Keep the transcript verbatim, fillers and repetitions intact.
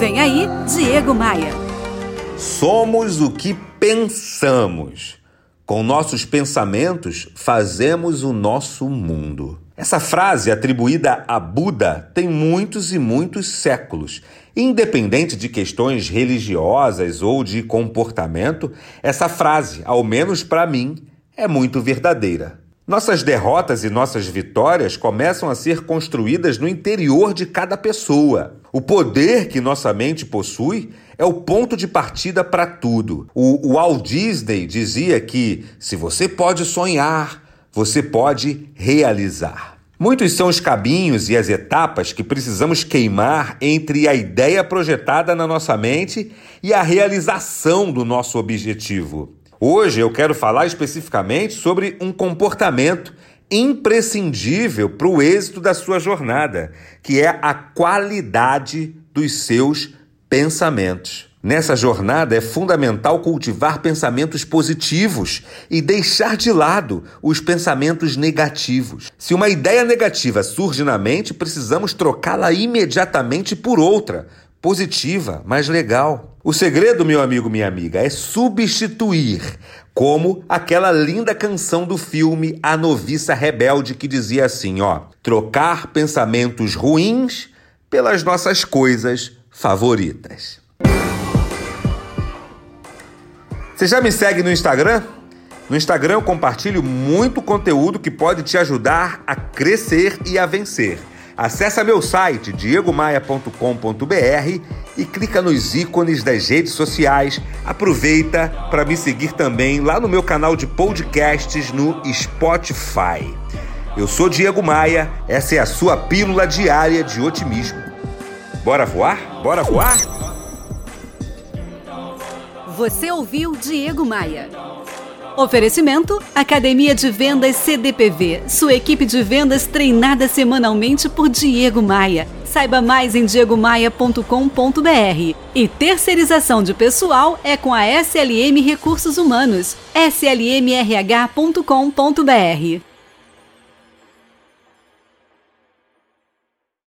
Vem aí, Diego Maia. Somos o que pensamos. Com nossos pensamentos, fazemos o nosso mundo. Essa frase, atribuída a Buda, tem muitos e muitos séculos. Independente de questões religiosas ou de comportamento, essa frase, ao menos para mim, é muito verdadeira. Nossas derrotas e nossas vitórias começam a ser construídas no interior de cada pessoa. O poder que nossa mente possui é o ponto de partida para tudo. O Walt Disney dizia que, se você pode sonhar, você pode realizar. Muitos são os caminhos e as etapas que precisamos queimar entre a ideia projetada na nossa mente e a realização do nosso objetivo. Hoje eu quero falar especificamente sobre um comportamento imprescindível para o êxito da sua jornada, que é a qualidade dos seus pensamentos. Nessa jornada é fundamental cultivar pensamentos positivos e deixar de lado os pensamentos negativos. Se uma ideia negativa surge na mente, precisamos trocá-la imediatamente por outra, positiva, mais legal. O segredo, meu amigo, minha amiga, é substituir, como aquela linda canção do filme A Noviça Rebelde, que dizia assim, ó, trocar pensamentos ruins pelas nossas coisas favoritas. Você já me segue no Instagram? No Instagram eu compartilho muito conteúdo que pode te ajudar a crescer e a vencer. Acesse meu site, diego maia ponto com ponto b r, e clica nos ícones das redes sociais. Aproveita para me seguir também lá no meu canal de podcasts no Spotify. Eu sou Diego Maia, essa é a sua pílula diária de otimismo. Bora voar? Bora voar? Você ouviu Diego Maia. Oferecimento: Academia de Vendas C D P V, sua equipe de vendas treinada semanalmente por Diego Maia. Saiba mais em diego maia ponto com ponto b r. E terceirização de pessoal é com a S L M Recursos Humanos, s l m r h ponto com ponto b r.